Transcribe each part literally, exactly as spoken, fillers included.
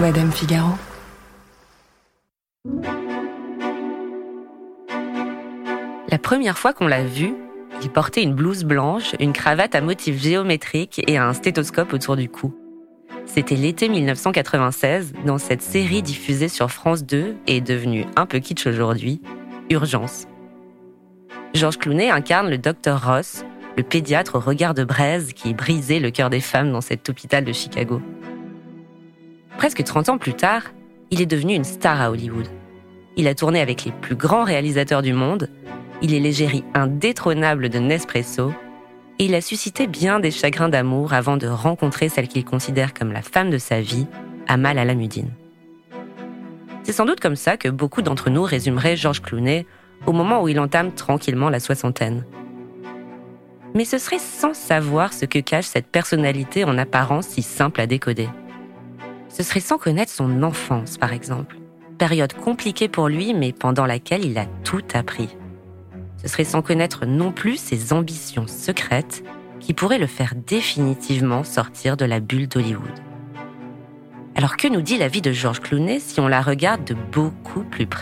Madame Figaro. La première fois qu'on l'a vu, il portait une blouse blanche, une cravate à motifs géométriques et un stéthoscope autour du cou. C'était l'été dix-neuf cent quatre-vingt-seize, dans cette série diffusée sur France deux et devenue un peu kitsch aujourd'hui, Urgence. George Clooney incarne le docteur Ross, le pédiatre au regard de braise qui brisait le cœur des femmes dans cet hôpital de Chicago. Presque trente ans plus tard, il est devenu une star à Hollywood. Il a tourné avec les plus grands réalisateurs du monde, il est l'égérie indétrônable de Nespresso, et il a suscité bien des chagrins d'amour avant de rencontrer celle qu'il considère comme la femme de sa vie, Amal Alamuddin. C'est sans doute comme ça que beaucoup d'entre nous résumeraient George Clooney au moment où il entame tranquillement la soixantaine. Mais ce serait sans savoir ce que cache cette personnalité en apparence si simple à décoder. Ce serait sans connaître son enfance, par exemple. Période compliquée pour lui, mais pendant laquelle il a tout appris. Ce serait sans connaître non plus ses ambitions secrètes qui pourraient le faire définitivement sortir de la bulle d'Hollywood. Alors que nous dit la vie de George Clooney si on la regarde de beaucoup plus près ?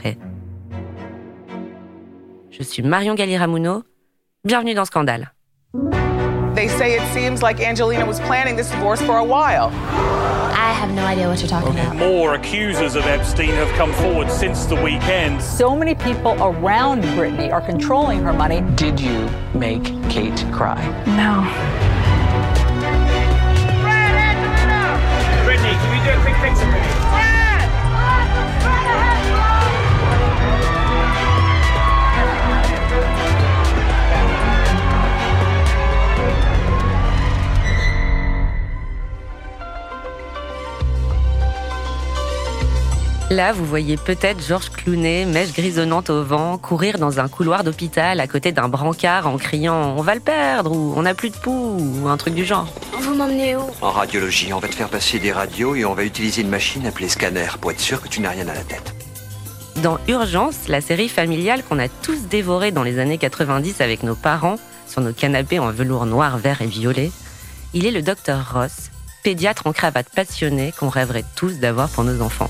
Je suis Marion Galli-Ramuno, bienvenue dans Scandale. They say it seems like Angelina was planning this divorce for a while. I have no idea what you're talking about. More accusers of Epstein have come forward since the weekend. So many people around Britney are controlling her money. Did you make Kate cry? No. Britney, can we do a quick fix of Britney? Là, vous voyez peut-être George Clooney, mèche grisonnante au vent, courir dans un couloir d'hôpital à côté d'un brancard en criant « On va le perdre » ou « On n'a plus de pouls » ou un truc du genre. Vous m'emmenez où ? En radiologie, on va te faire passer des radios et on va utiliser une machine appelée scanner pour être sûr que tu n'as rien à la tête. Dans Urgence, la série familiale qu'on a tous dévorée dans les années quatre-vingt-dix avec nos parents, sur nos canapés en velours noir, vert et violet, il est le docteur Ross, pédiatre en cravate passionné qu'on rêverait tous d'avoir pour nos enfants.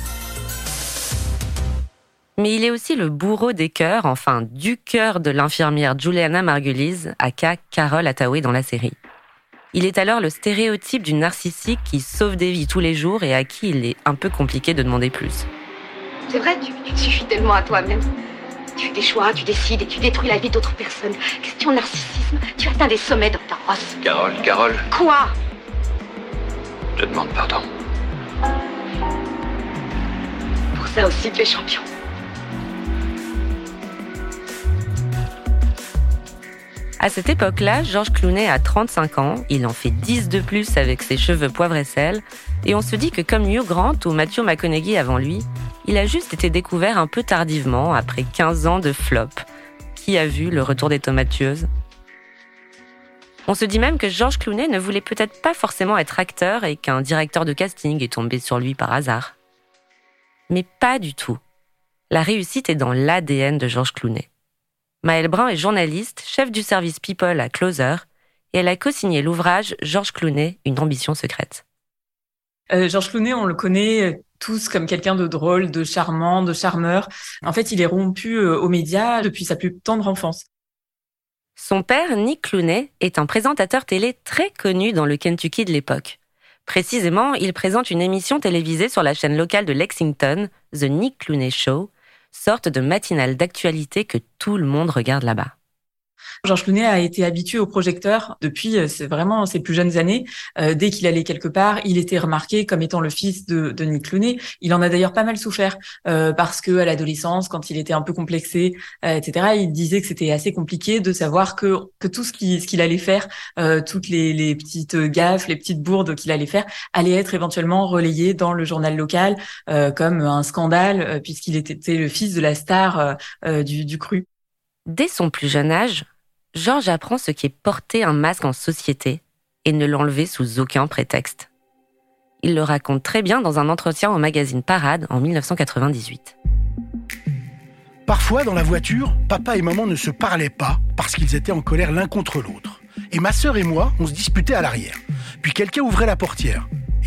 Mais il est aussi le bourreau des cœurs, enfin du cœur de l'infirmière Juliana Margulies, aka Carole Hathaway dans la série. Il est alors le stéréotype du narcissique qui sauve des vies tous les jours et à qui il est un peu compliqué de demander plus. C'est vrai, tu, tu te suffis tellement à toi-même. Tu fais des choix, tu décides et tu détruis la vie d'autres personnes. Question narcissisme, tu atteins des sommets, docteur Ross. Carole, Carole. Quoi ? Je demande pardon. Pour ça aussi, tu es champion. À cette époque-là, George Clooney a trente-cinq ans, il en fait dix de plus avec ses cheveux poivre et sel, et on se dit que comme Hugh Grant ou Matthew McConaughey avant lui, il a juste été découvert un peu tardivement, après quinze ans de flop. Qui a vu Le Retour des tomates tueuses ? On se dit même que George Clooney ne voulait peut-être pas forcément être acteur et qu'un directeur de casting est tombé sur lui par hasard. Mais pas du tout. La réussite est dans l'A D N de George Clooney. Maëlle Brun est journaliste, chef du service People à Closer, et elle a co-signé l'ouvrage George Clooney, une ambition secrète. Euh, George Clooney, on le connaît tous comme quelqu'un de drôle, de charmant, de charmeur. En fait, il est rompu euh, aux médias depuis sa plus tendre enfance. Son père, Nick Clooney, est un présentateur télé très connu dans le Kentucky de l'époque. Précisément, il présente une émission télévisée sur la chaîne locale de Lexington, The Nick Clooney Show, sorte de matinale d'actualité que tout le monde regarde là-bas. George Clooney a été habitué au projecteur depuis c'est vraiment ses plus jeunes années. Euh, dès qu'il allait quelque part, il était remarqué comme étant le fils de, de Nick Clooney. Il en a d'ailleurs pas mal souffert euh, parce que à l'adolescence, quand il était un peu complexé, euh, et cetera, il disait que c'était assez compliqué de savoir que que tout ce qu'il ce qu'il allait faire, euh, toutes les les petites gaffes, les petites bourdes qu'il allait faire, allaient être éventuellement relayées dans le journal local euh, comme un scandale euh, puisqu'il était le fils de la star euh, euh, du du cru. Dès son plus jeune âge, George apprend ce qu'est porter un masque en société et ne l'enlever sous aucun prétexte. Il le raconte très bien dans un entretien au magazine Parade en dix-neuf cent quatre-vingt-dix-huit. Parfois, dans la voiture, papa et maman ne se parlaient pas parce qu'ils étaient en colère l'un contre l'autre. Et ma sœur et moi, on se disputait à l'arrière. Puis quelqu'un ouvrait la portière.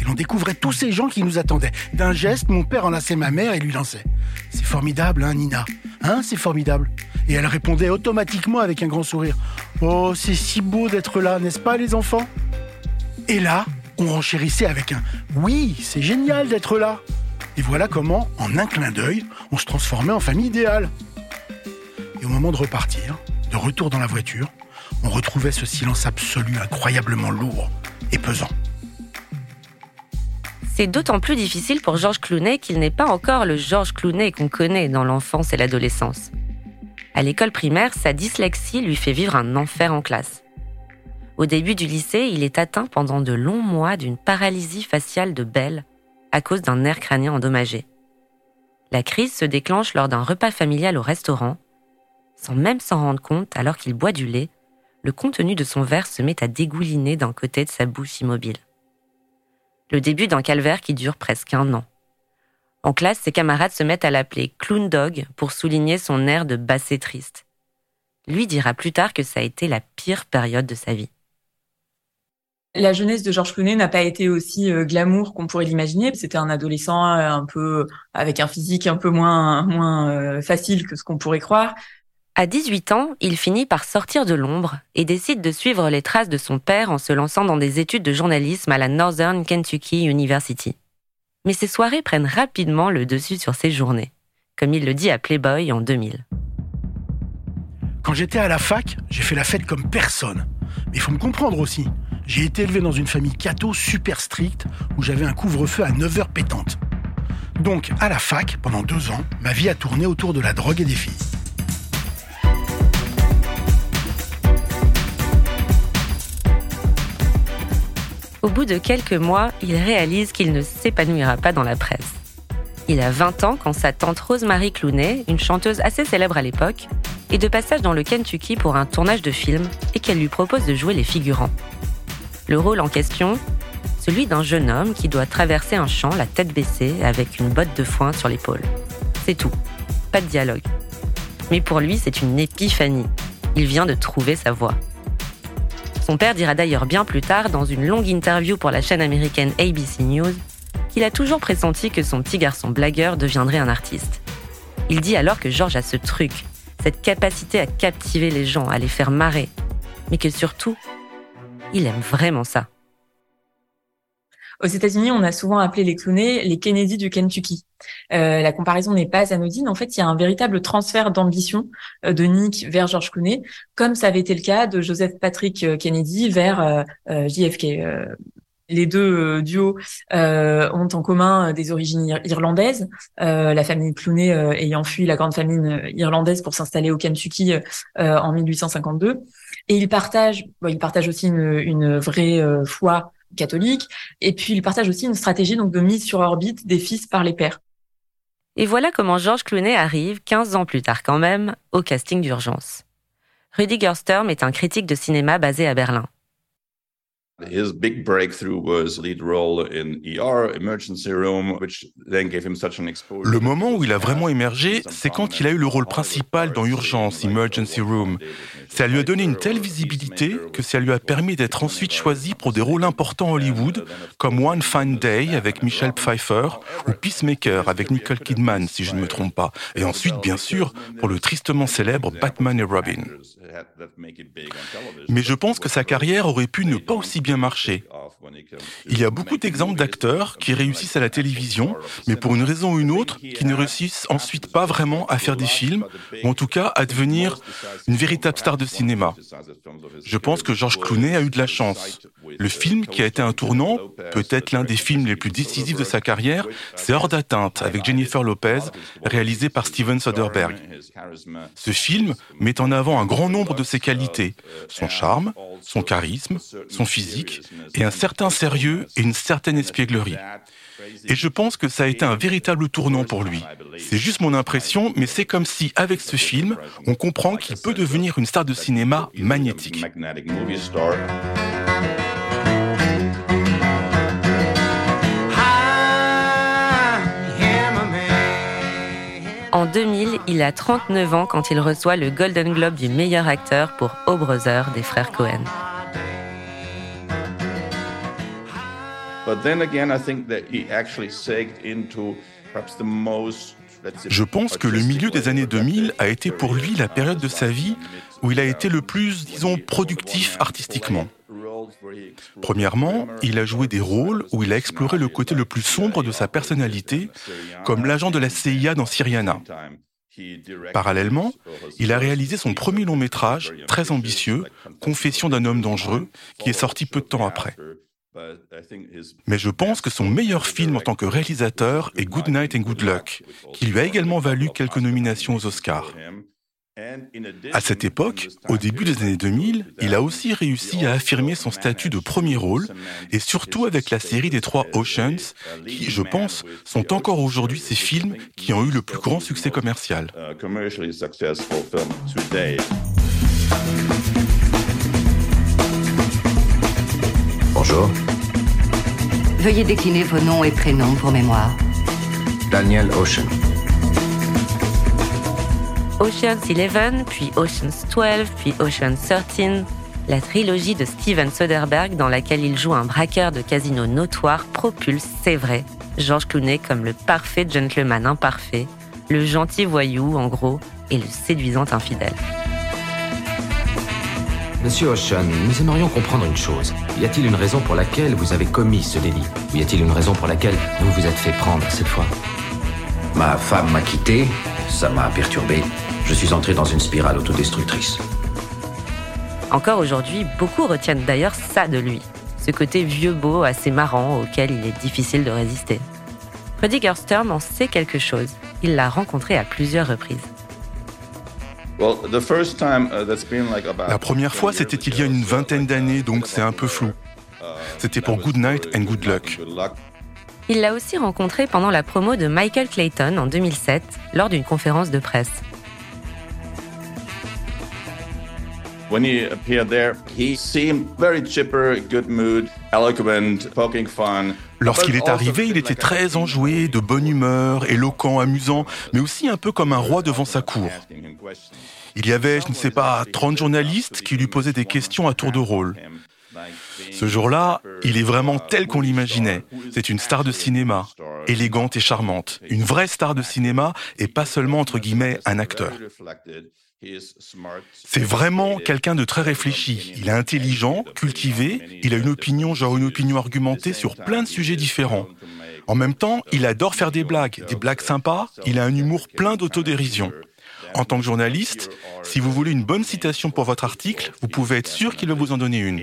Et l'on découvrait tous ces gens qui nous attendaient. D'un geste, mon père enlaçait ma mère et lui lançait. « C'est formidable, hein, Nina ? Hein, c'est formidable ?» Et elle répondait automatiquement avec un grand sourire. « Oh, c'est si beau d'être là, n'est-ce pas, les enfants ?» Et là, on renchérissait avec un « Oui, c'est génial d'être là !» Et voilà comment, en un clin d'œil, on se transformait en famille idéale. Et au moment de repartir, de retour dans la voiture, on retrouvait ce silence absolu incroyablement lourd et pesant. C'est d'autant plus difficile pour George Clooney qu'il n'est pas encore le George Clooney qu'on connaît dans l'enfance et l'adolescence. À l'école primaire, sa dyslexie lui fait vivre un enfer en classe. Au début du lycée, il est atteint pendant de longs mois d'une paralysie faciale de Bell à cause d'un nerf crânien endommagé. La crise se déclenche lors d'un repas familial au restaurant. Sans même s'en rendre compte, alors qu'il boit du lait, le contenu de son verre se met à dégouliner d'un côté de sa bouche immobile. Le début d'un calvaire qui dure presque un an. En classe, ses camarades se mettent à l'appeler « Clown Dog » pour souligner son air de bassé triste. Lui dira plus tard que ça a été la pire période de sa vie. La jeunesse de George Clooney n'a pas été aussi euh, glamour qu'on pourrait l'imaginer. C'était un adolescent euh, un peu avec un physique un peu moins moins euh, facile que ce qu'on pourrait croire. À dix-huit ans, il finit par sortir de l'ombre et décide de suivre les traces de son père en se lançant dans des études de journalisme à la Northern Kentucky University. Mais ses soirées prennent rapidement le dessus sur ses journées, comme il le dit à Playboy en deux mille. Quand j'étais à la fac, j'ai fait la fête comme personne. Mais il faut me comprendre aussi. J'ai été élevé dans une famille catho super stricte où j'avais un couvre-feu à neuf heures pétantes. Donc, à la fac, pendant deux ans, ma vie a tourné autour de la drogue et des filles. Au bout de quelques mois, il réalise qu'il ne s'épanouira pas dans la presse. Il a vingt ans quand sa tante Rosemary Clooney, une chanteuse assez célèbre à l'époque, est de passage dans le Kentucky pour un tournage de film et qu'elle lui propose de jouer les figurants. Le rôle en question, celui d'un jeune homme qui doit traverser un champ la tête baissée avec une botte de foin sur l'épaule. C'est tout, pas de dialogue. Mais pour lui, c'est une épiphanie. Il vient de trouver sa voie. Son père dira d'ailleurs bien plus tard, dans une longue interview pour la chaîne américaine A B C News, qu'il a toujours pressenti que son petit garçon blagueur deviendrait un artiste. Il dit alors que George a ce truc, cette capacité à captiver les gens, à les faire marrer, mais que surtout, il aime vraiment ça. Aux États-Unis, on a souvent appelé les Clooney les Kennedy du Kentucky. Euh, la comparaison n'est pas anodine. En fait, il y a un véritable transfert d'ambition euh, de Nick vers George Clooney, comme ça avait été le cas de Joseph Patrick Kennedy vers euh, euh, J F K. Euh, les deux euh, duos euh, ont en commun des origines ir- irlandaises. Euh, la famille Clooney euh, ayant fui la grande famine irlandaise pour s'installer au Kentucky euh, en mille huit cent cinquante-deux. Et ils partagent, bon, ils partagent aussi une, une vraie euh, foi catholique. Et puis ils partagent aussi une stratégie donc de mise sur orbite des fils par les pères. Et voilà comment George Clooney arrive, quinze ans plus tard quand même, au casting d'urgence. Rudiger Sturm est un critique de cinéma basé à Berlin. His big breakthrough was lead role in E R, emergency room, which then gave him such an exposure. Le moment où il a vraiment émergé, c'est quand il a eu le rôle principal dans Urgence, Emergency Room. Ça lui a donné une telle visibilité que ça lui a permis d'être ensuite choisi pour des rôles importants à Hollywood, comme One Fine Day avec Michelle Pfeiffer ou Peacemaker avec Nicole Kidman, si je ne me trompe pas. Et ensuite, bien sûr, pour le tristement célèbre Batman et Robin. Mais je pense que sa carrière aurait pu ne pas aussi bien marcher. Il y a beaucoup d'exemples d'acteurs qui réussissent à la télévision, mais pour une raison ou une autre, qui ne réussissent ensuite pas vraiment à faire des films, ou en tout cas à devenir une véritable star de cinéma. Je pense que George Clooney a eu de la chance. Le film qui a été un tournant, peut-être l'un des films les plus décisifs de sa carrière, c'est Hors d'atteinte avec Jennifer Lopez, réalisé par Steven Soderbergh. Ce film met en avant un grand nombre de ses qualités, son charme, son charisme, son physique, et un certain sérieux et une certaine espièglerie. Et je pense que ça a été un véritable tournant pour lui. C'est juste mon impression, mais c'est comme si, avec ce film, on comprend qu'il peut devenir une star de cinéma magnétique. En deux mille, il a trente-neuf ans quand il reçoit le Golden Globe du meilleur acteur pour O Brother des frères Coen. But then again, I think that he actually segued into perhaps the most. Je pense que le milieu des années deux mille a été pour lui la période de sa vie où il a été le plus, disons, productif artistiquement. Premièrement, il a joué des rôles où il a exploré le côté le plus sombre de sa personnalité, comme l'agent de la C I A dans Syriana. Parallèlement, il a réalisé son premier long métrage, très ambitieux, Confession d'un homme dangereux, qui est sorti peu de temps après. Mais je pense que son meilleur film en tant que réalisateur est Good Night and Good Luck, qui lui a également valu quelques nominations aux Oscars. À cette époque, au début des années deux mille, il a aussi réussi à affirmer son statut de premier rôle, et surtout avec la série des trois Oceans, qui, je pense, sont encore aujourd'hui ces films qui ont eu le plus grand succès commercial. Bonjour. Veuillez décliner vos noms et prénoms pour mémoire. Daniel Ocean. Ocean's Eleven, puis Ocean's Twelve, puis Ocean's Thirteen, la trilogie de Steven Soderbergh dans laquelle il joue un braqueur de casino notoire propulse, c'est vrai, George Clooney comme le parfait gentleman imparfait, le gentil voyou en gros, et le séduisant infidèle. Monsieur Ocean, nous aimerions comprendre une chose. Y a-t-il une raison pour laquelle vous avez commis ce délit? Ou y a-t-il une raison pour laquelle vous vous êtes fait prendre cette fois? Ma femme m'a quitté, ça m'a perturbé. Je suis entré dans une spirale autodestructrice. Encore aujourd'hui, beaucoup retiennent d'ailleurs ça de lui, ce côté vieux beau assez marrant auquel il est difficile de résister. Rudiger Sturm en sait quelque chose. Il l'a rencontré à plusieurs reprises. La première fois, c'était il y a une vingtaine d'années, donc c'est un peu flou. C'était pour Good Night and Good Luck. Il l'a aussi rencontré pendant la promo de Michael Clayton en deux mille sept, lors d'une conférence de presse. When he appeared there, he seemed very chipper, good mood, eloquent, poking fun. Lorsqu'il est arrivé, il était très enjoué, de bonne humeur, éloquent, amusant, mais aussi un peu comme un roi devant sa cour. Il y avait, je ne sais pas, trente journalistes qui lui posaient des questions à tour de rôle. Ce jour-là, il est vraiment tel qu'on l'imaginait. C'est une star de cinéma, élégante et charmante. Une vraie star de cinéma et pas seulement, entre guillemets, un acteur. C'est vraiment quelqu'un de très réfléchi. Il est intelligent, cultivé, il a une opinion, genre une opinion argumentée sur plein de sujets différents. En même temps, il adore faire des blagues, des blagues sympas, il a un humour plein d'autodérision. En tant que journaliste, si vous voulez une bonne citation pour votre article, vous pouvez être sûr qu'il va vous en donner une.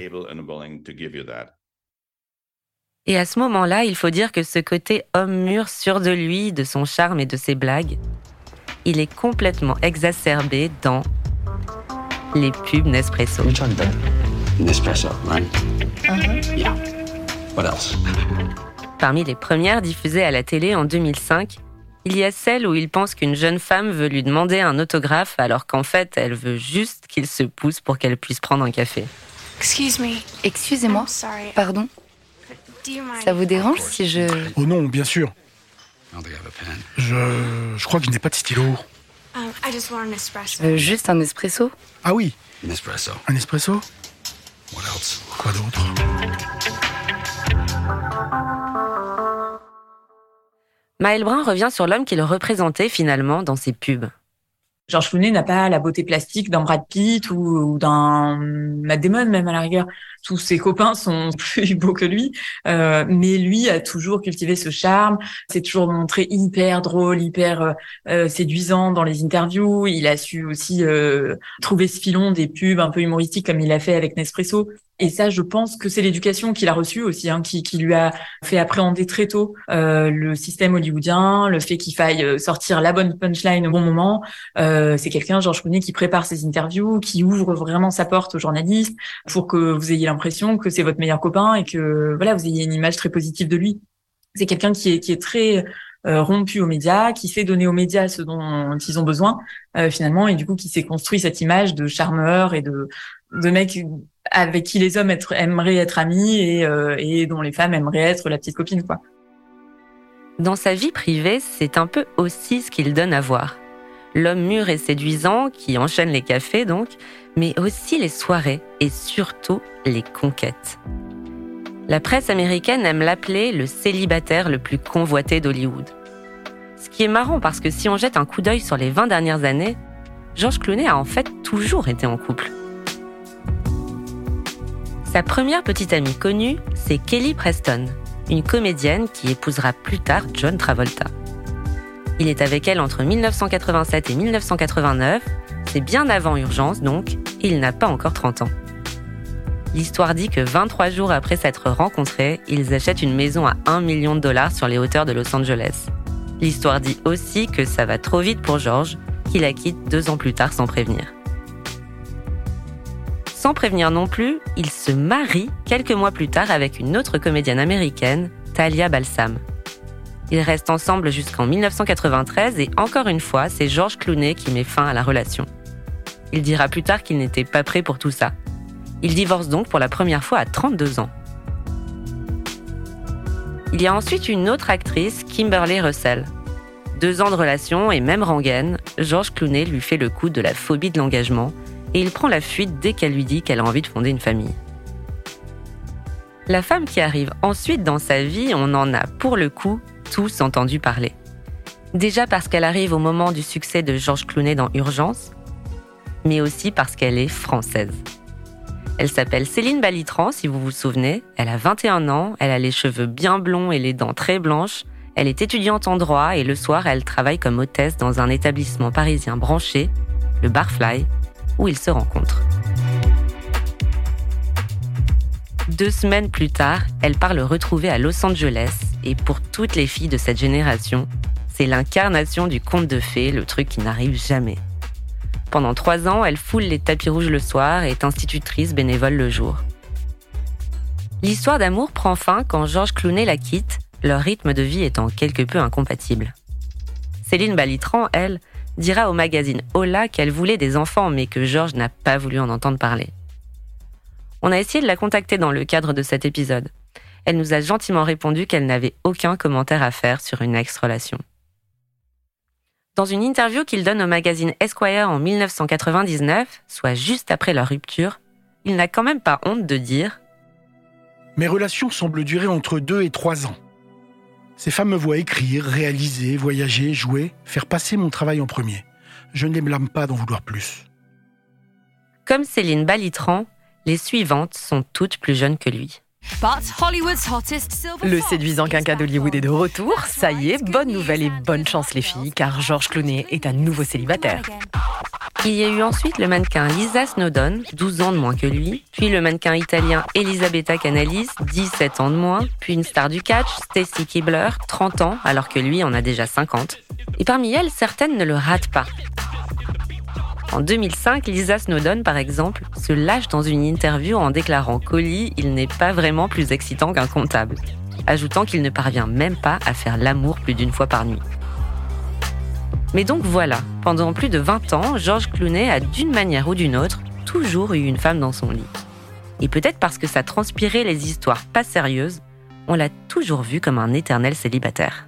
Et à ce moment-là, il faut dire que ce côté homme mûr sûr de lui, de son charme et de ses blagues, il est complètement exacerbé dans les pubs Nespresso. Nespresso, right? Uh-huh. Yeah. What else? Parmi les premières diffusées à la télé en deux mille cinq, il y a celle où il pense qu'une jeune femme veut lui demander un autographe alors qu'en fait, elle veut juste qu'il se pousse pour qu'elle puisse prendre un café. Excuse me. Excusez-moi, pardon. Ça vous dérange si je... Oh non, bien sûr. Je, je crois que je n'ai pas de stylo. Je veux juste un espresso. Ah oui. Un espresso. Un espresso? What else? Quoi d'autre? Maël Brun revient sur l'homme qu'il représentait finalement dans ses pubs. George Clooney n'a pas la beauté plastique d'un Brad Pitt ou, ou d'un Matt Damon, même à la rigueur. Tous ses copains sont plus beaux que lui, euh, mais lui a toujours cultivé ce charme. C'est toujours montré hyper drôle, hyper euh, séduisant dans les interviews. Il a su aussi euh, trouver ce filon des pubs un peu humoristiques comme il l'a fait avec Nespresso. Et ça, je pense que c'est l'éducation qu'il a reçue aussi, hein, qui, qui lui a fait appréhender très tôt euh, le système hollywoodien, le fait qu'il faille sortir la bonne punchline au bon moment. Euh, c'est quelqu'un, George Clooney, qui prépare ses interviews, qui ouvre vraiment sa porte aux journalistes pour que vous ayez l'impression que c'est votre meilleur copain et que voilà, vous ayez une image très positive de lui. C'est quelqu'un qui est, qui est très euh, rompu aux médias, qui sait donner aux médias ce dont ils ont besoin euh, finalement, et du coup qui s'est construit cette image de charmeur et de, de mec avec qui les hommes être, aimeraient être amis et, euh, et dont les femmes aimeraient être la petite copine, quoi. Dans sa vie privée, c'est un peu aussi ce qu'il donne à voir. L'homme mûr et séduisant qui enchaîne les cafés donc, mais aussi les soirées et surtout les conquêtes. La presse américaine aime l'appeler le célibataire le plus convoité d'Hollywood. Ce qui est marrant parce que si on jette un coup d'œil sur les vingt dernières années, George Clooney a en fait toujours été en couple. Sa première petite amie connue, c'est Kelly Preston, une comédienne qui épousera plus tard John Travolta. Il est avec elle entre dix-neuf cent quatre-vingt-sept et dix-neuf cent quatre-vingt-neuf, c'est bien avant Urgence donc, et il n'a pas encore trente ans. L'histoire dit que vingt-trois jours après s'être rencontrés, ils achètent une maison à un million de dollars sur les hauteurs de Los Angeles. L'histoire dit aussi que ça va trop vite pour George, qui la quitte deux ans plus tard sans prévenir. Sans prévenir non plus, il se marie quelques mois plus tard avec une autre comédienne américaine, Talia Balsam. Ils restent ensemble jusqu'en dix-neuf cent quatre-vingt-treize et encore une fois, c'est George Clooney qui met fin à la relation. Il dira plus tard qu'il n'était pas prêt pour tout ça. Il divorce donc pour la première fois à trente-deux ans. Il y a ensuite une autre actrice, Kimberly Russell. Deux ans de relation et même rengaine, George Clooney lui fait le coup de la phobie de l'engagement et il prend la fuite dès qu'elle lui dit qu'elle a envie de fonder une famille. La femme qui arrive ensuite dans sa vie, on en a pour le coup tous entendu parler. Déjà parce qu'elle arrive au moment du succès de George Clooney dans Urgence, mais aussi parce qu'elle est française. Elle s'appelle Céline Balitran, si vous vous souvenez. Elle a vingt et un ans, elle a les cheveux bien blonds et les dents très blanches. Elle est étudiante en droit et le soir, elle travaille comme hôtesse dans un établissement parisien branché, le Barfly, où ils se rencontrent. Deux semaines plus tard, elle part le retrouver à Los Angeles et pour toutes les filles de cette génération, c'est l'incarnation du conte de fées, le truc qui n'arrive jamais. Pendant trois ans, elle foule les tapis rouges le soir et est institutrice bénévole le jour. L'histoire d'amour prend fin quand George Clooney la quitte, leur rythme de vie étant quelque peu incompatible. Céline Balitran, elle, dira au magazine Hola qu'elle voulait des enfants mais que George n'a pas voulu en entendre parler. On a essayé de la contacter dans le cadre de cet épisode. Elle nous a gentiment répondu qu'elle n'avait aucun commentaire à faire sur une ex-relation. Dans une interview qu'il donne au magazine Esquire en dix-neuf cent quatre-vingt-dix-neuf, soit juste après leur rupture, il n'a quand même pas honte de dire « Mes relations semblent durer entre deux et trois ans. Ces femmes me voient écrire, réaliser, voyager, jouer, faire passer mon travail en premier. Je ne les blâme pas d'en vouloir plus. » Comme Céline Balitran, les suivantes sont toutes plus jeunes que lui. Le séduisant quinquas d'Hollywood est de retour. Ça y est, bonne nouvelle et bonne chance les filles, car George Clooney est à nouveau célibataire. Il y a eu ensuite le mannequin Lisa Snowdon, douze ans de moins que lui, puis le mannequin italien Elisabetta Canalis, dix-sept ans de moins, puis une star du catch, Stacy Keibler, trente ans, alors que lui en a déjà cinquante. Et parmi elles, certaines ne le ratent pas. En deux mille cinq, Lisa Snowdon, par exemple, se lâche dans une interview en déclarant qu'au lit, il n'est pas vraiment plus excitant qu'un comptable, ajoutant qu'il ne parvient même pas à faire l'amour plus d'une fois par nuit. Mais donc voilà, pendant plus de vingt ans, George Clooney a d'une manière ou d'une autre toujours eu une femme dans son lit. Et peut-être parce que ça transpirait les histoires pas sérieuses, on l'a toujours vu comme un éternel célibataire.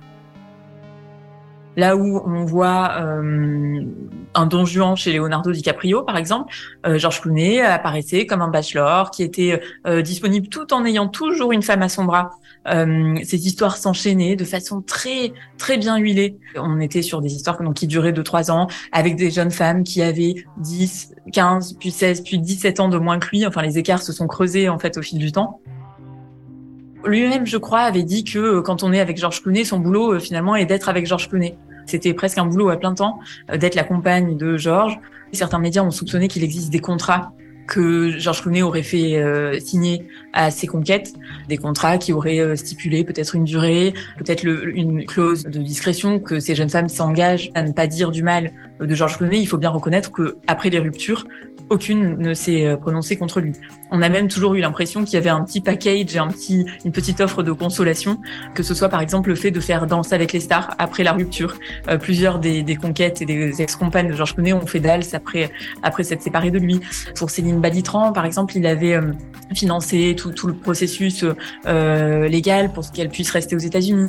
Là où on voit euh, un Don Juan chez Leonardo DiCaprio, par exemple, euh, George Clooney apparaissait comme un bachelor qui était euh, disponible tout en ayant toujours une femme à son bras. Euh, ces histoires s'enchaînaient de façon très très bien huilée. On était sur des histoires donc, qui duraient deux trois ans, avec des jeunes femmes qui avaient dix, quinze, puis seize, puis dix-sept ans de moins que lui. Enfin, les écarts se sont creusés en fait au fil du temps. Lui-même, je crois, avait dit que quand on est avec George Clooney, son boulot, finalement, est d'être avec George Clooney. C'était presque un boulot à plein temps, d'être la compagne de George. Certains médias ont soupçonné qu'il existe des contrats que George Clooney aurait fait euh, signer à ses conquêtes, des contrats qui auraient euh, stipulé peut-être une durée, peut-être le, une clause de discrétion, que ces jeunes femmes s'engagent à ne pas dire du mal de George Clooney. Il faut bien reconnaître que après les ruptures, aucune ne s'est prononcée contre lui. On a même toujours eu l'impression qu'il y avait un petit package et un petit, une petite offre de consolation, que ce soit par exemple le fait de faire Danse avec les stars après la rupture. Euh, plusieurs des, des conquêtes et des ex-compagnes de George Clooney ont fait d'Als après, après s'être séparés de lui. Pour Céline Balitran, par exemple, il avait euh, financé tout, tout le processus euh, légal pour qu'elle puisse rester aux États-Unis.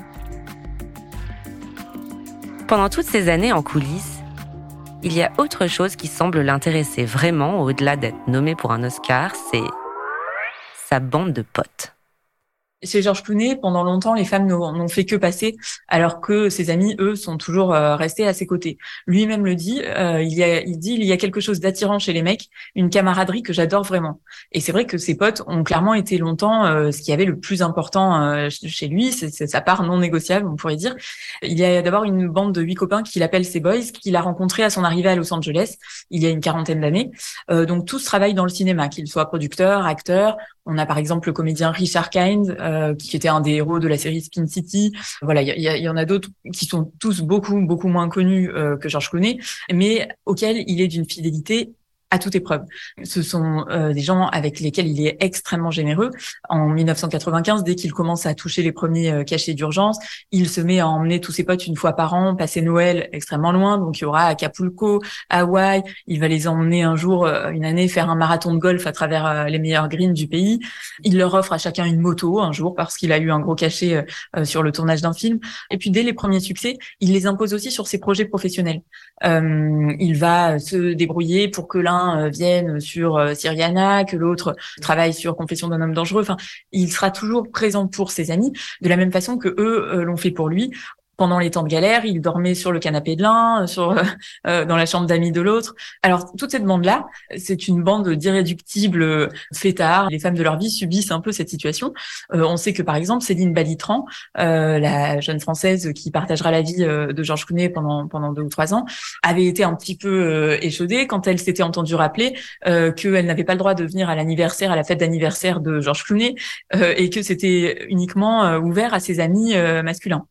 Pendant toutes ces années en coulisses, il y a autre chose qui semble l'intéresser vraiment, au-delà d'être nommé pour un Oscar, c'est sa bande de potes. Chez George Clooney, pendant longtemps, les femmes n'ont, n'ont fait que passer, alors que ses amis, eux, sont toujours euh, restés à ses côtés. Lui-même le dit, euh, il, y a, il dit, il y a quelque chose d'attirant chez les mecs, une camaraderie que j'adore vraiment. Et c'est vrai que ses potes ont clairement été longtemps euh, ce qui avait le plus important euh, chez lui, c'est, c'est sa part non négociable, on pourrait dire. Il y a d'abord une bande de huit copains qu'il appelle ses boys, qu'il a rencontrés à son arrivée à Los Angeles, il y a une quarantaine d'années. Euh, donc tous travaillent dans le cinéma, qu'ils soient producteurs, acteurs. On a par exemple le comédien Richard Kind, euh, qui était un des héros de la série Spin City. Voilà, il y, y, y en a d'autres qui sont tous beaucoup, beaucoup moins connus euh, que George Clooney, mais auxquels il est d'une fidélité à toute épreuve. Ce sont euh, des gens avec lesquels il est extrêmement généreux. En dix-neuf cent quatre-vingt-quinze, dès qu'il commence à toucher les premiers euh, cachets d'urgence, il se met à emmener tous ses potes une fois par an, passer Noël extrêmement loin. Donc il y aura Acapulco, Hawaï. Il va les emmener un jour, euh, une année, faire un marathon de golf à travers euh, les meilleurs greens du pays. Il leur offre à chacun une moto un jour parce qu'il a eu un gros cachet euh, sur le tournage d'un film. Et puis dès les premiers succès, il les impose aussi sur ses projets professionnels. Euh, il va se débrouiller pour que l'un viennent sur Syriana, que l'autre travaille sur Confession d'un homme dangereux. Enfin, il sera toujours présent pour ses amis, de la même façon que eux l'ont fait pour lui. Pendant les temps de galère, il dormait sur le canapé de l'un, sur euh, dans la chambre d'amis de l'autre. Alors, toute cette bande-là, c'est une bande d'irréductibles fêtards. Les femmes de leur vie subissent un peu cette situation. Euh, on sait que, par exemple, Céline Balitran, euh, la jeune Française qui partagera la vie euh, de George Clooney pendant pendant deux ou trois ans, avait été un petit peu euh, échaudée quand elle s'était entendue rappeler euh, qu'elle n'avait pas le droit de venir à l'anniversaire, à la fête d'anniversaire de George Clooney, euh, et que c'était uniquement euh, ouvert à ses amis euh, masculins.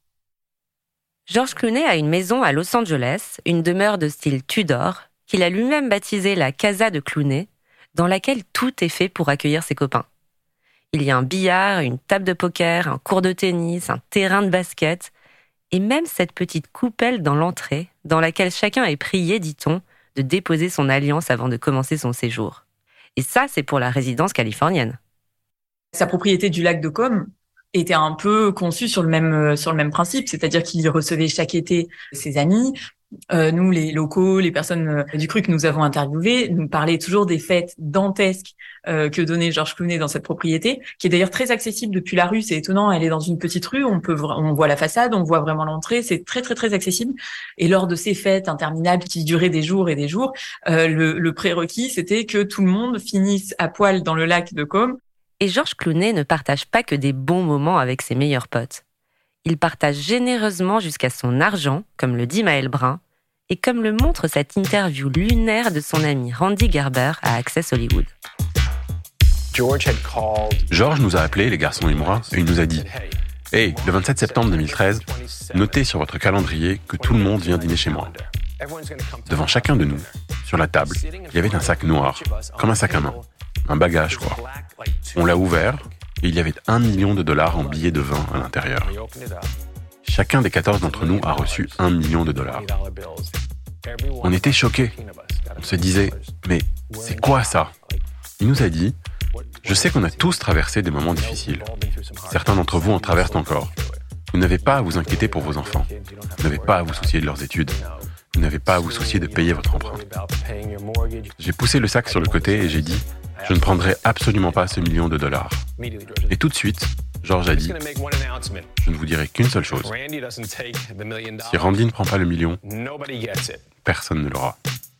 George Clooney a une maison à Los Angeles, une demeure de style Tudor, qu'il a lui-même baptisée la Casa de Clooney, dans laquelle tout est fait pour accueillir ses copains. Il y a un billard, une table de poker, un court de tennis, un terrain de basket, et même cette petite coupelle dans l'entrée, dans laquelle chacun est prié, dit-on, de déposer son alliance avant de commencer son séjour. Et ça, c'est pour la résidence californienne. Sa propriété du lac de Com était un peu conçu sur le même sur le même principe, c'est-à-dire qu'il recevait chaque été ses amis. Euh, nous, les locaux, les personnes du cru que nous avons interviewées, nous parlaient toujours des fêtes dantesques euh, que donnait George Clooney dans cette propriété, qui est d'ailleurs très accessible depuis la rue. C'est étonnant, elle est dans une petite rue, on peut on voit la façade, on voit vraiment l'entrée, c'est très très très accessible. Et lors de ces fêtes interminables qui duraient des jours et des jours, euh, le, le prérequis, c'était que tout le monde finisse à poil dans le lac de Com. Et George Clooney ne partage pas que des bons moments avec ses meilleurs potes. Il partage généreusement jusqu'à son argent, comme le dit Maël Brun, et comme le montre cette interview lunaire de son ami Randy Gerber à Access Hollywood. George nous a appelés, les garçons et moi, et il nous a dit « Hey, le vingt-sept septembre deux mille treize, notez sur votre calendrier que tout le monde vient dîner chez moi. » Devant chacun de nous, sur la table, il y avait un sac noir, comme un sac à main. Un bagage, quoi. On l'a ouvert et il y avait un million de dollars en billets de vin à l'intérieur. Chacun des quatorze d'entre nous a reçu un million de dollars. On était choqués. On se disait, mais c'est quoi ça ? Il nous a dit, je sais qu'on a tous traversé des moments difficiles. Certains d'entre vous en traversent encore. Vous n'avez pas à vous inquiéter pour vos enfants. Vous n'avez pas à vous soucier de leurs études. Vous n'avez pas à vous soucier de payer votre emprunt. J'ai poussé le sac sur le côté et j'ai dit, je ne prendrai absolument pas ce million de dollars. Et tout de suite, George a dit, je ne vous dirai qu'une seule chose. Si Randy ne prend pas le million, personne ne l'aura.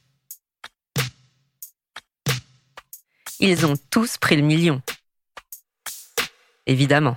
Ils ont tous pris le million. Évidemment.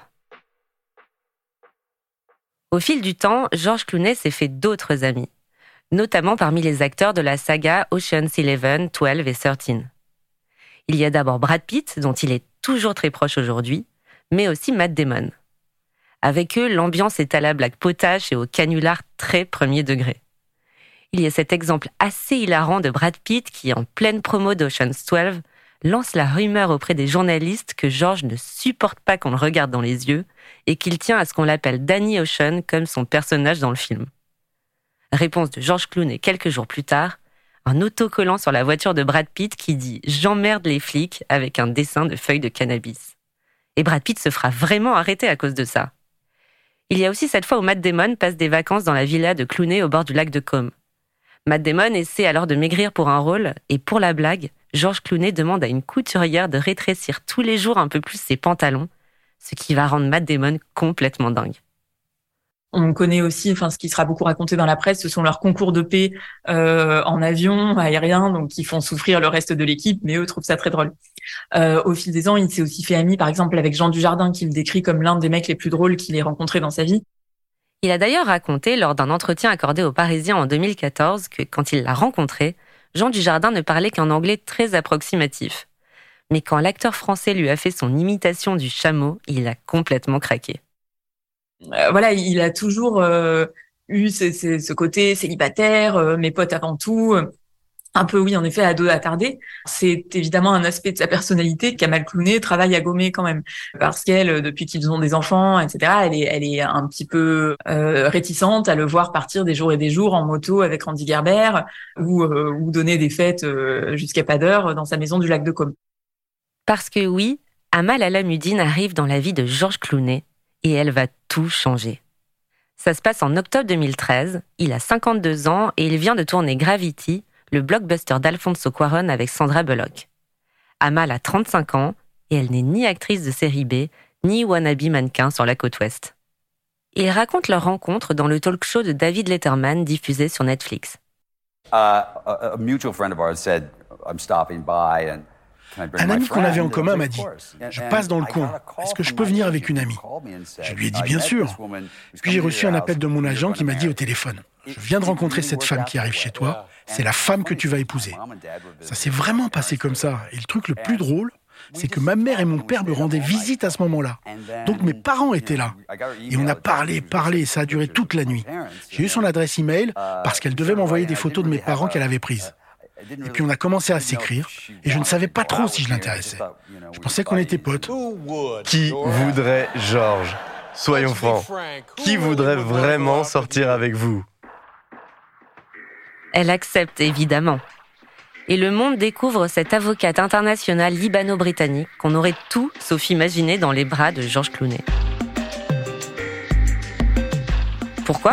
Au fil du temps, George Clooney s'est fait d'autres amis, notamment parmi les acteurs de la saga Ocean's Eleven, douze et treize. Il y a d'abord Brad Pitt, dont il est toujours très proche aujourd'hui, mais aussi Matt Damon. Avec eux, l'ambiance est à la blague potache et au canular très premier degré. Il y a cet exemple assez hilarant de Brad Pitt qui, en pleine promo d'Ocean's douze, lance la rumeur auprès des journalistes que George ne supporte pas qu'on le regarde dans les yeux et qu'il tient à ce qu'on l'appelle Danny Ocean comme son personnage dans le film. Réponse de George Clooney quelques jours plus tard, un autocollant sur la voiture de Brad Pitt qui dit « J'emmerde les flics » avec un dessin de feuilles de cannabis. Et Brad Pitt se fera vraiment arrêter à cause de ça. Il y a aussi cette fois où Matt Damon passe des vacances dans la villa de Clooney au bord du lac de Com. Matt Damon essaie alors de maigrir pour un rôle et pour la blague, George Clooney demande à une couturière de rétrécir tous les jours un peu plus ses pantalons, ce qui va rendre Matt Damon complètement dingue. On connaît aussi, enfin, ce qui sera beaucoup raconté dans la presse, ce sont leurs concours de paix euh, en avion, aérien, donc qui font souffrir le reste de l'équipe, mais eux trouvent ça très drôle. Euh, au fil des ans, il s'est aussi fait ami, par exemple, avec Jean Dujardin, qui le décrit comme l'un des mecs les plus drôles qu'il ait rencontré dans sa vie. Il a d'ailleurs raconté, lors d'un entretien accordé aux Parisiens en deux mille quatorze, que quand il l'a rencontré, Jean Dujardin ne parlait qu'un anglais très approximatif. Mais quand l'acteur français lui a fait son imitation du chameau, il a complètement craqué. Euh, voilà, il a toujours euh, eu ce, ce, ce côté célibataire, euh, mes potes avant tout, euh, un peu, oui, en effet, ado attardé. C'est évidemment un aspect de sa personnalité qu'Amal Clooney travaille à gommer quand même, parce qu'elle, depuis qu'ils ont des enfants, et cetera, elle est, elle est un petit peu euh, réticente à le voir partir des jours et des jours en moto avec Andy Gerber ou, euh, ou donner des fêtes euh, jusqu'à pas d'heure dans sa maison du lac de Côme. Parce que oui, Amal Alamuddin arrive dans la vie de George Clooney et elle va tout changer. Ça se passe en octobre deux mille treize, il a cinquante-deux ans et il vient de tourner Gravity, le blockbuster d'Alfonso Cuarón avec Sandra Bullock. Amal a trente-cinq ans et elle n'est ni actrice de série B, ni wannabe mannequin sur la côte ouest. Ils racontent leur rencontre dans le talk show de David Letterman diffusé sur Netflix. Uh, a, a mutual friend of ours said, I'm stopping by and Un ami qu'on avait en commun m'a dit « Je passe dans le coin, est-ce que je peux venir avec une amie ?» Je lui ai dit « Bien sûr ». Puis j'ai reçu un appel de mon agent qui m'a dit au téléphone « Je viens de rencontrer cette femme qui arrive chez toi, c'est la femme que tu vas épouser. » Ça s'est vraiment passé comme ça. Et le truc le plus drôle, c'est que ma mère et mon père me rendaient visite à ce moment-là. Donc mes parents étaient là. Et on a parlé, parlé, et ça a duré toute la nuit. J'ai eu son adresse email parce qu'elle devait m'envoyer des photos de mes parents qu'elle avait prises. Et puis on a commencé à s'écrire, et je ne savais pas trop si je l'intéressais. Je pensais qu'on était potes. Qui voudrait George ? Soyons francs. Qui voudrait vraiment sortir avec vous ? Elle accepte, évidemment. Et le monde découvre cette avocate internationale libano-britannique qu'on aurait tout sauf imaginé dans les bras de George Clooney. Pourquoi ?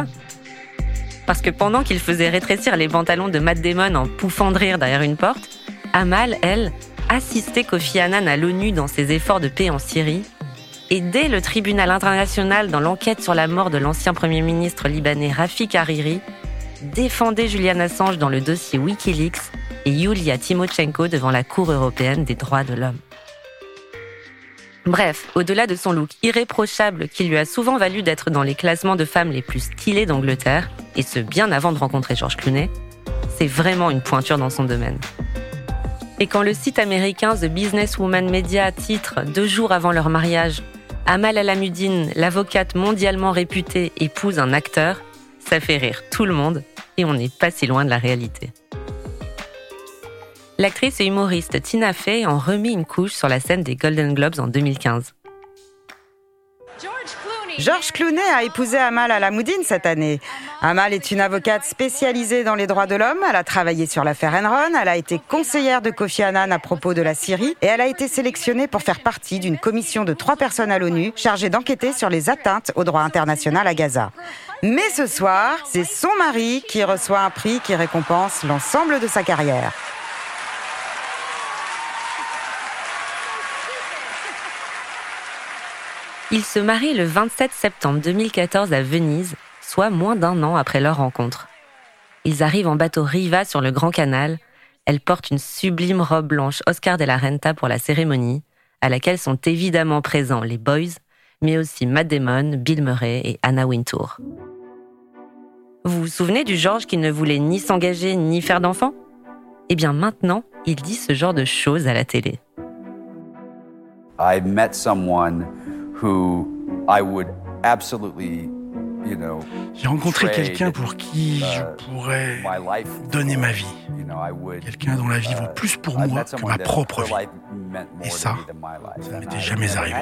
Parce que pendant qu'il faisait rétrécir les pantalons de Matt Damon en pouffant de rire derrière une porte, Amal, elle, assistait Kofi Annan à l'ONU dans ses efforts de paix en Syrie, aidait le tribunal international dans l'enquête sur la mort de l'ancien premier ministre libanais Rafik Hariri, défendait Julian Assange dans le dossier Wikileaks et Yulia Tymoshenko devant la Cour européenne des droits de l'homme. Bref, au-delà de son look irréprochable qui lui a souvent valu d'être dans les classements de femmes les plus stylées d'Angleterre, et ce bien avant de rencontrer George Clooney, c'est vraiment une pointure dans son domaine. Et quand le site américain The Businesswoman Media titre, deux jours avant leur mariage, Amal Alamuddin, l'avocate mondialement réputée, épouse un acteur, ça fait rire tout le monde et on n'est pas si loin de la réalité. L'actrice et humoriste Tina Fey en remet une couche sur la scène des Golden Globes en deux mille quinze. George Clooney a épousé Amal Alamuddin cette année. Amal est une avocate spécialisée dans les droits de l'homme. Elle a travaillé sur l'affaire Enron, elle a été conseillère de Kofi Annan à propos de la Syrie et elle a été sélectionnée pour faire partie d'une commission de trois personnes à l'ONU chargée d'enquêter sur les atteintes au droit international à Gaza. Mais ce soir, c'est son mari qui reçoit un prix qui récompense l'ensemble de sa carrière. Ils se marient le vingt-sept septembre deux mille quatorze à Venise, soit moins d'un an après leur rencontre. Ils arrivent en bateau Riva sur le Grand Canal. Elle porte une sublime robe blanche Oscar de la Renta pour la cérémonie, à laquelle sont évidemment présents les Boys, mais aussi Matt Damon, Bill Murray et Anna Wintour. Vous vous souvenez du George qui ne voulait ni s'engager ni faire d'enfants ? Eh bien maintenant, il dit ce genre de choses à la télé. I met someone who I would absolutely, you know, j'ai rencontré quelqu'un pour qui je pourrais donner ma vie. Quelqu'un dont la vie vaut plus pour moi que ma propre vie. Et ça, ça ne m'était jamais arrivé.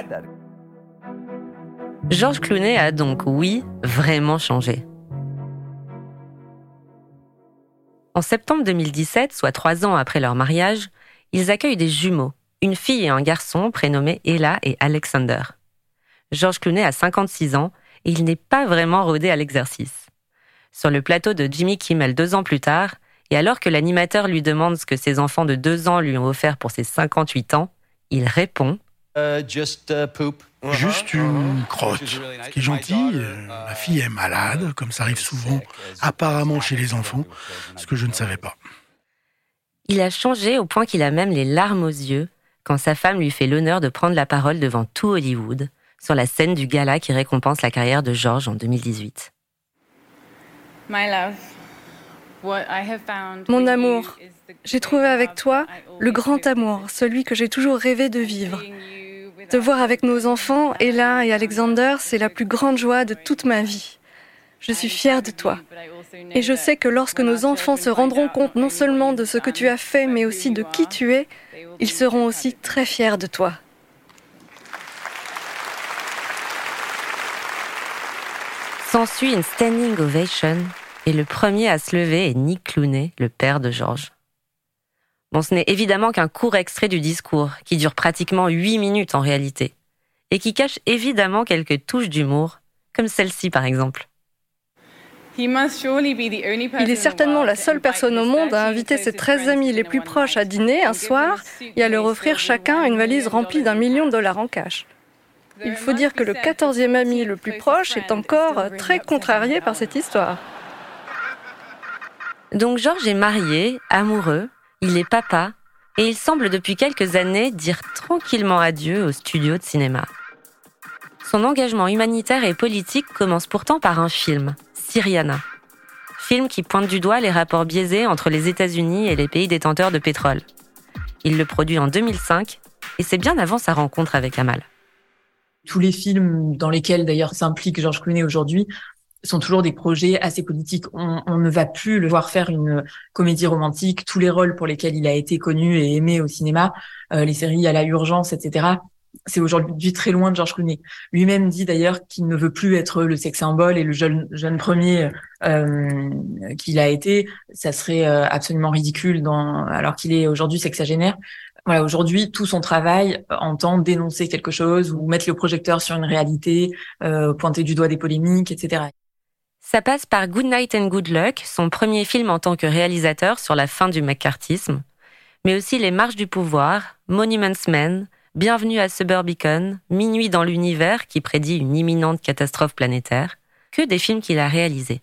George Clooney a donc, oui, vraiment changé. En septembre deux mille dix-sept, soit trois ans après leur mariage, ils accueillent des jumeaux, une fille et un garçon prénommés Ella et Alexander. George Clooney a cinquante-six ans et il n'est pas vraiment rodé à l'exercice. Sur le plateau de Jimmy Kimmel deux ans plus tard, et alors que l'animateur lui demande ce que ses enfants de deux ans lui ont offert pour ses cinquante-huit ans, il répond Uh, just uh, poop. Juste une crotte. Ce qui est gentil, euh, ma fille est malade, comme ça arrive souvent, apparemment chez les enfants, ce que je ne savais pas. Il a changé au point qu'il a même les larmes aux yeux quand sa femme lui fait l'honneur de prendre la parole devant tout Hollywood sur la scène du gala qui récompense la carrière de George en deux mille dix-huit. Mon amour, j'ai trouvé avec toi le grand amour, celui que j'ai toujours rêvé de vivre. Te voir avec nos enfants, Ella et Alexander, c'est la plus grande joie de toute ma vie. Je suis fière de toi. Et je sais que lorsque nos enfants se rendront compte non seulement de ce que tu as fait, mais aussi de qui tu es, ils seront aussi très fiers de toi. S'ensuit une standing ovation, et le premier à se lever est Nick Clooney, le père de George. Bon, ce n'est évidemment qu'un court extrait du discours, qui dure pratiquement huit minutes en réalité, et qui cache évidemment quelques touches d'humour, comme celle-ci par exemple. Il est certainement la seule personne au monde à inviter ses treize amis les plus proches à dîner un soir et à leur offrir chacun une valise remplie d'un million de dollars en cash. Il faut dire que le quatorzième ami le plus proche est encore très contrarié par cette histoire. Donc George est marié, amoureux, il est papa, et il semble depuis quelques années dire tranquillement adieu au studio de cinéma. Son engagement humanitaire et politique commence pourtant par un film, Syriana. Film qui pointe du doigt les rapports biaisés entre les États-Unis et les pays détenteurs de pétrole. Il le produit en deux mille cinq, et c'est bien avant sa rencontre avec Amal. Tous les films dans lesquels d'ailleurs s'implique George Clooney aujourd'hui sont toujours des projets assez politiques. On, on ne va plus le voir faire une comédie romantique. Tous les rôles pour lesquels il a été connu et aimé au cinéma, euh, les séries à la Urgence, et cetera, c'est aujourd'hui très loin de George Clooney. Lui-même dit d'ailleurs qu'il ne veut plus être le sex symbole et le jeune, jeune premier euh, qu'il a été. Ça serait euh, absolument ridicule dans, alors qu'il est aujourd'hui sexagénaire. Voilà, aujourd'hui, tout son travail entend dénoncer quelque chose ou mettre le projecteur sur une réalité, euh, pointer du doigt des polémiques, et cetera. Ça passe par Good Night and Good Luck, son premier film en tant que réalisateur sur la fin du McCarthyisme, mais aussi Les Marches du pouvoir, Monuments Men, Bienvenue à Suburbicon, Minuit dans l'univers qui prédit une imminente catastrophe planétaire, que des films qu'il a réalisés.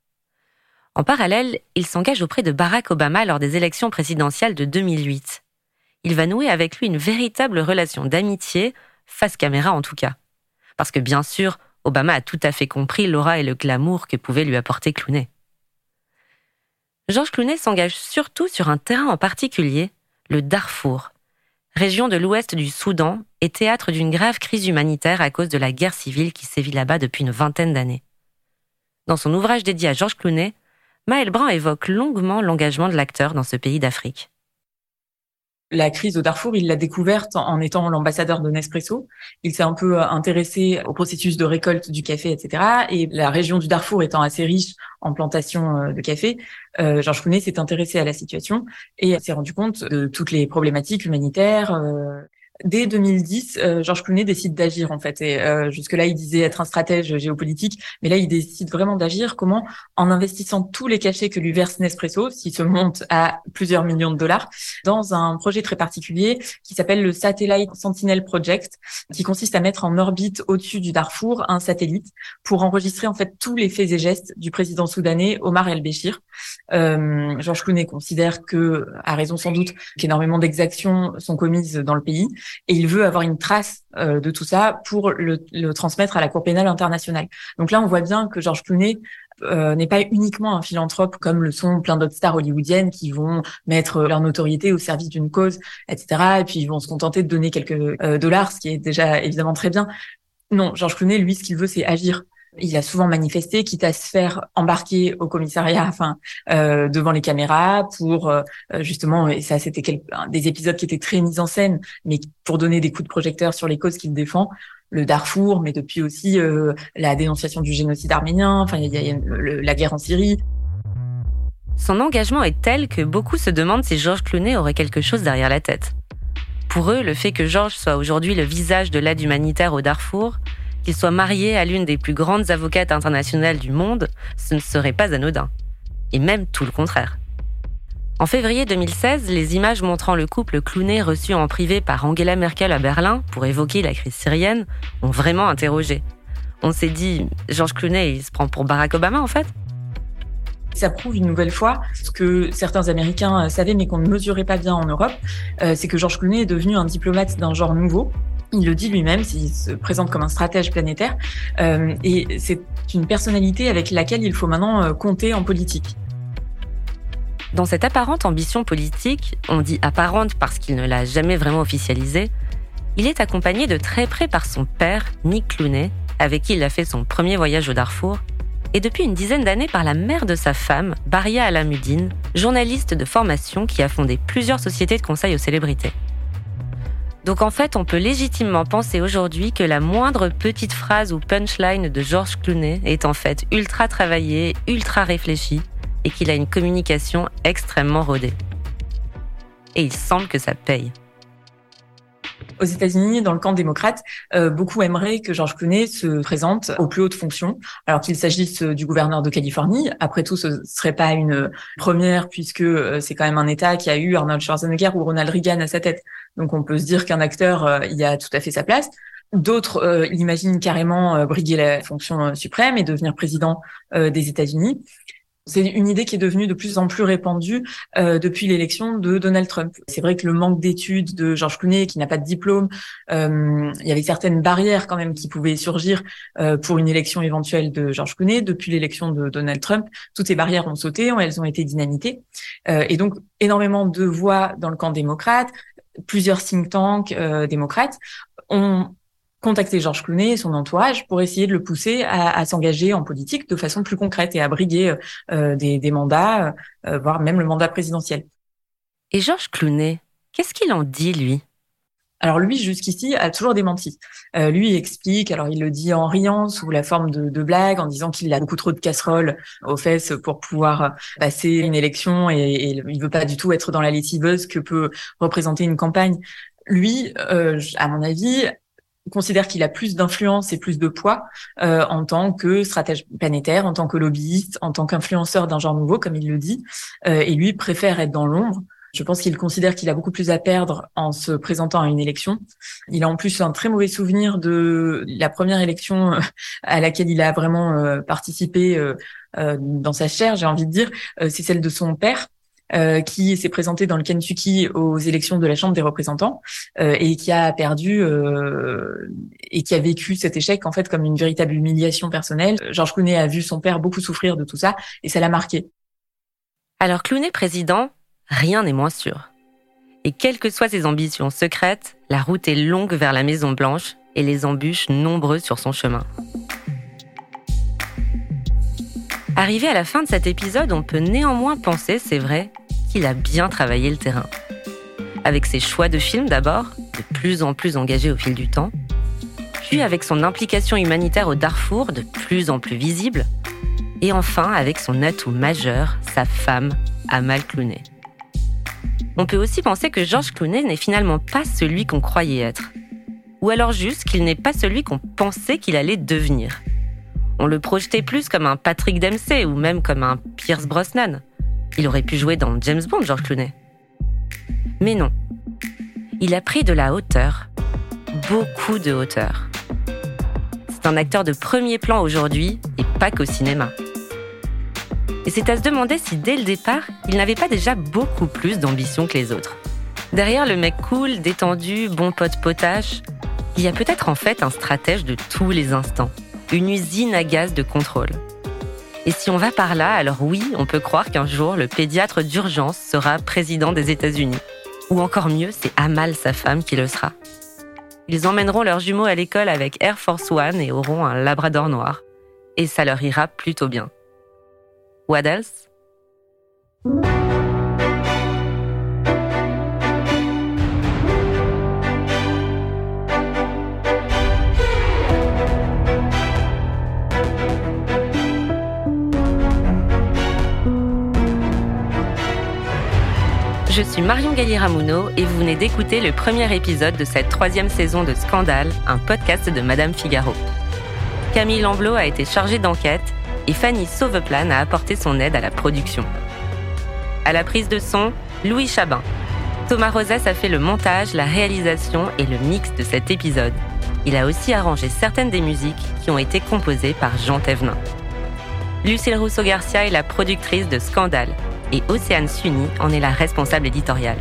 En parallèle, il s'engage auprès de Barack Obama lors des élections présidentielles de deux mille huit. Il va nouer avec lui une véritable relation d'amitié, face caméra en tout cas. Parce que bien sûr, Obama a tout à fait compris l'aura et le glamour que pouvait lui apporter Clooney. George Clooney s'engage surtout sur un terrain en particulier, le Darfour, région de l'ouest du Soudan et théâtre d'une grave crise humanitaire à cause de la guerre civile qui sévit là-bas depuis une vingtaine d'années. Dans son ouvrage dédié à George Clooney, Maël Brand évoque longuement l'engagement de l'acteur dans ce pays d'Afrique. La crise au Darfour, il l'a découverte en étant l'ambassadeur de Nespresso. Il s'est un peu intéressé au processus de récolte du café, et cetera. Et la région du Darfour étant assez riche en plantations de café, euh, George Clooney s'est intéressé à la situation et s'est rendu compte de toutes les problématiques humanitaires. Euh, Dès deux mille dix, euh, George Clooney décide d'agir en fait. Et euh, jusque-là, il disait être un stratège géopolitique, mais là, il décide vraiment d'agir. Comment? En investissant tous les cachets que lui verse Nespresso, qui se monte à plusieurs millions de dollars, dans un projet très particulier qui s'appelle le Satellite Sentinel Project, qui consiste à mettre en orbite au-dessus du Darfour un satellite pour enregistrer en fait tous les faits et gestes du président soudanais Omar el-Béchir. Euh, George Clooney considère que, à raison sans doute, qu'énormément d'exactions sont commises dans le pays. Et il veut avoir une trace euh, de tout ça pour le, le transmettre à la Cour pénale internationale. Donc là, on voit bien que George Clooney euh, n'est pas uniquement un philanthrope comme le sont plein d'autres stars hollywoodiennes qui vont mettre leur notoriété au service d'une cause, et cetera. Et puis ils vont se contenter de donner quelques euh, dollars, ce qui est déjà évidemment très bien. Non, George Clooney, lui, ce qu'il veut, c'est agir. Il a souvent manifesté, quitte à se faire embarquer au commissariat, enfin euh, devant les caméras, pour euh, justement, et ça c'était quel, des épisodes qui étaient très mis en scène, mais pour donner des coups de projecteur sur les causes qu'il défend, le Darfour, mais depuis aussi euh, la dénonciation du génocide arménien, enfin il y a, il y a le, la guerre en Syrie. Son engagement est tel que beaucoup se demandent si George Clooney aurait quelque chose derrière la tête. Pour eux, le fait que George soit aujourd'hui le visage de l'aide humanitaire au Darfour, qu'il soit marié à l'une des plus grandes avocates internationales du monde, ce ne serait pas anodin. Et même tout le contraire. En février deux mille seize, les images montrant le couple Clooney reçu en privé par Angela Merkel à Berlin pour évoquer la crise syrienne ont vraiment interrogé. On s'est dit, George Clooney, il se prend pour Barack Obama en fait ? Ça prouve une nouvelle fois ce que certains Américains savaient mais qu'on ne mesurait pas bien en Europe, euh, c'est que George Clooney est devenu un diplomate d'un genre nouveau. Il le dit lui-même, il se présente comme un stratège planétaire, euh, et c'est une personnalité avec laquelle il faut maintenant euh, compter en politique. Dans cette apparente ambition politique, on dit apparente parce qu'il ne l'a jamais vraiment officialisée, il est accompagné de très près par son père, Nick Clooney, avec qui il a fait son premier voyage au Darfour, et depuis une dizaine d'années par la mère de sa femme, Baria Alamudine, journaliste de formation qui a fondé plusieurs sociétés de conseil aux célébrités. Donc en fait, on peut légitimement penser aujourd'hui que la moindre petite phrase ou punchline de George Clooney est en fait ultra travaillée, ultra réfléchie, et qu'il a une communication extrêmement rodée. Et il semble que ça paye. Aux États-Unis, dans le camp démocrate, euh, beaucoup aimeraient que George Clooney se présente aux plus hautes fonctions, alors qu'il s'agisse du gouverneur de Californie. Après tout, ce serait pas une première puisque c'est quand même un État qui a eu Arnold Schwarzenegger ou Ronald Reagan à sa tête. Donc on peut se dire qu'un acteur euh, y a tout à fait sa place. D'autres euh, imaginent carrément euh, briguer la fonction euh, suprême et devenir président euh, des États-Unis. C'est une idée qui est devenue de plus en plus répandue euh, depuis l'élection de Donald Trump. C'est vrai que le manque d'études de George Clooney, qui n'a pas de diplôme, euh, il y avait certaines barrières quand même qui pouvaient surgir euh, pour une élection éventuelle de George Clooney. Depuis l'élection de Donald Trump, toutes ces barrières ont sauté, elles ont été dynamitées. Euh, et donc, énormément de voix dans le camp démocrate, plusieurs think tanks euh, démocrates ont contacter George Clooney et son entourage pour essayer de le pousser à, à s'engager en politique de façon plus concrète et à briguer euh, des, des mandats, euh, voire même le mandat présidentiel. Et George Clooney, qu'est-ce qu'il en dit, lui ? Alors lui, jusqu'ici, a toujours démenti. Euh, lui, il explique, alors il le dit en riant, sous la forme de, de blagues, en disant qu'il a beaucoup trop de casseroles aux fesses pour pouvoir passer une élection et, et il veut pas du tout être dans la lessiveuse que peut représenter une campagne. Lui, euh, à mon avis, considère qu'il a plus d'influence et plus de poids euh, en tant que stratège planétaire, en tant que lobbyiste, en tant qu'influenceur d'un genre nouveau, comme il le dit, euh, et lui préfère être dans l'ombre. Je pense qu'il considère qu'il a beaucoup plus à perdre en se présentant à une élection. Il a en plus un très mauvais souvenir de la première élection à laquelle il a vraiment euh, participé euh, euh, dans sa chair, j'ai envie de dire, euh, c'est celle de son père. Euh, qui s'est présenté dans le Kentucky aux élections de la Chambre des représentants euh, et qui a perdu euh, et qui a vécu cet échec en fait comme une véritable humiliation personnelle. George Clooney a vu son père beaucoup souffrir de tout ça et ça l'a marqué. Alors Clooney président, rien n'est moins sûr. Et quelles que soient ses ambitions secrètes, la route est longue vers la Maison Blanche et les embûches nombreuses sur son chemin. Arrivé à la fin de cet épisode, on peut néanmoins penser, c'est vrai, qu'il a bien travaillé le terrain. Avec ses choix de films d'abord, de plus en plus engagés au fil du temps, puis avec son implication humanitaire au Darfour, de plus en plus visible, et enfin avec son atout majeur, sa femme, Amal Clooney. On peut aussi penser que George Clooney n'est finalement pas celui qu'on croyait être, ou alors juste qu'il n'est pas celui qu'on pensait qu'il allait devenir. On le projetait plus comme un Patrick Dempsey ou même comme un Pierce Brosnan. Il aurait pu jouer dans James Bond, George Clooney. Mais non. Il a pris de la hauteur. Beaucoup de hauteur. C'est un acteur de premier plan aujourd'hui et pas qu'au cinéma. Et c'est à se demander si dès le départ, il n'avait pas déjà beaucoup plus d'ambition que les autres. Derrière le mec cool, détendu, bon pote potache, il y a peut-être en fait un stratège de tous les instants. Une usine à gaz de contrôle. Et si on va par là, alors oui, on peut croire qu'un jour, le pédiatre d'urgence sera président des États-Unis. Ou encore mieux, c'est Amal, sa femme, qui le sera. Ils emmèneront leurs jumeaux à l'école avec Air Force One et auront un labrador noir. Et ça leur ira plutôt bien. What else? Je suis Marion Galli-Ramuno et vous venez d'écouter le premier épisode de cette troisième saison de Scandale, un podcast de Madame Figaro. Camille Lamblot a été chargée d'enquête et Fanny Sauveplan a apporté son aide à la production. À la prise de son, Louis Chabin. Thomas Rosas a fait le montage, la réalisation et le mix de cet épisode. Il a aussi arrangé certaines des musiques qui ont été composées par Jean Thévenin. Lucille Rousseau-Garcia est la productrice de Scandale et Océane Sunny en est la responsable éditoriale.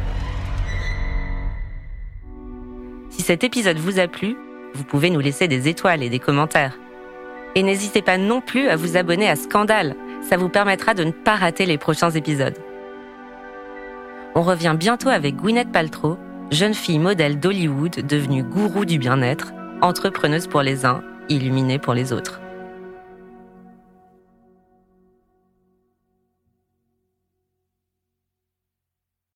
Si cet épisode vous a plu, vous pouvez nous laisser des étoiles et des commentaires. Et n'hésitez pas non plus à vous abonner à Scandale, ça vous permettra de ne pas rater les prochains épisodes. On revient bientôt avec Gwyneth Paltrow, jeune fille modèle d'Hollywood devenue gourou du bien-être, entrepreneuse pour les uns, illuminée pour les autres.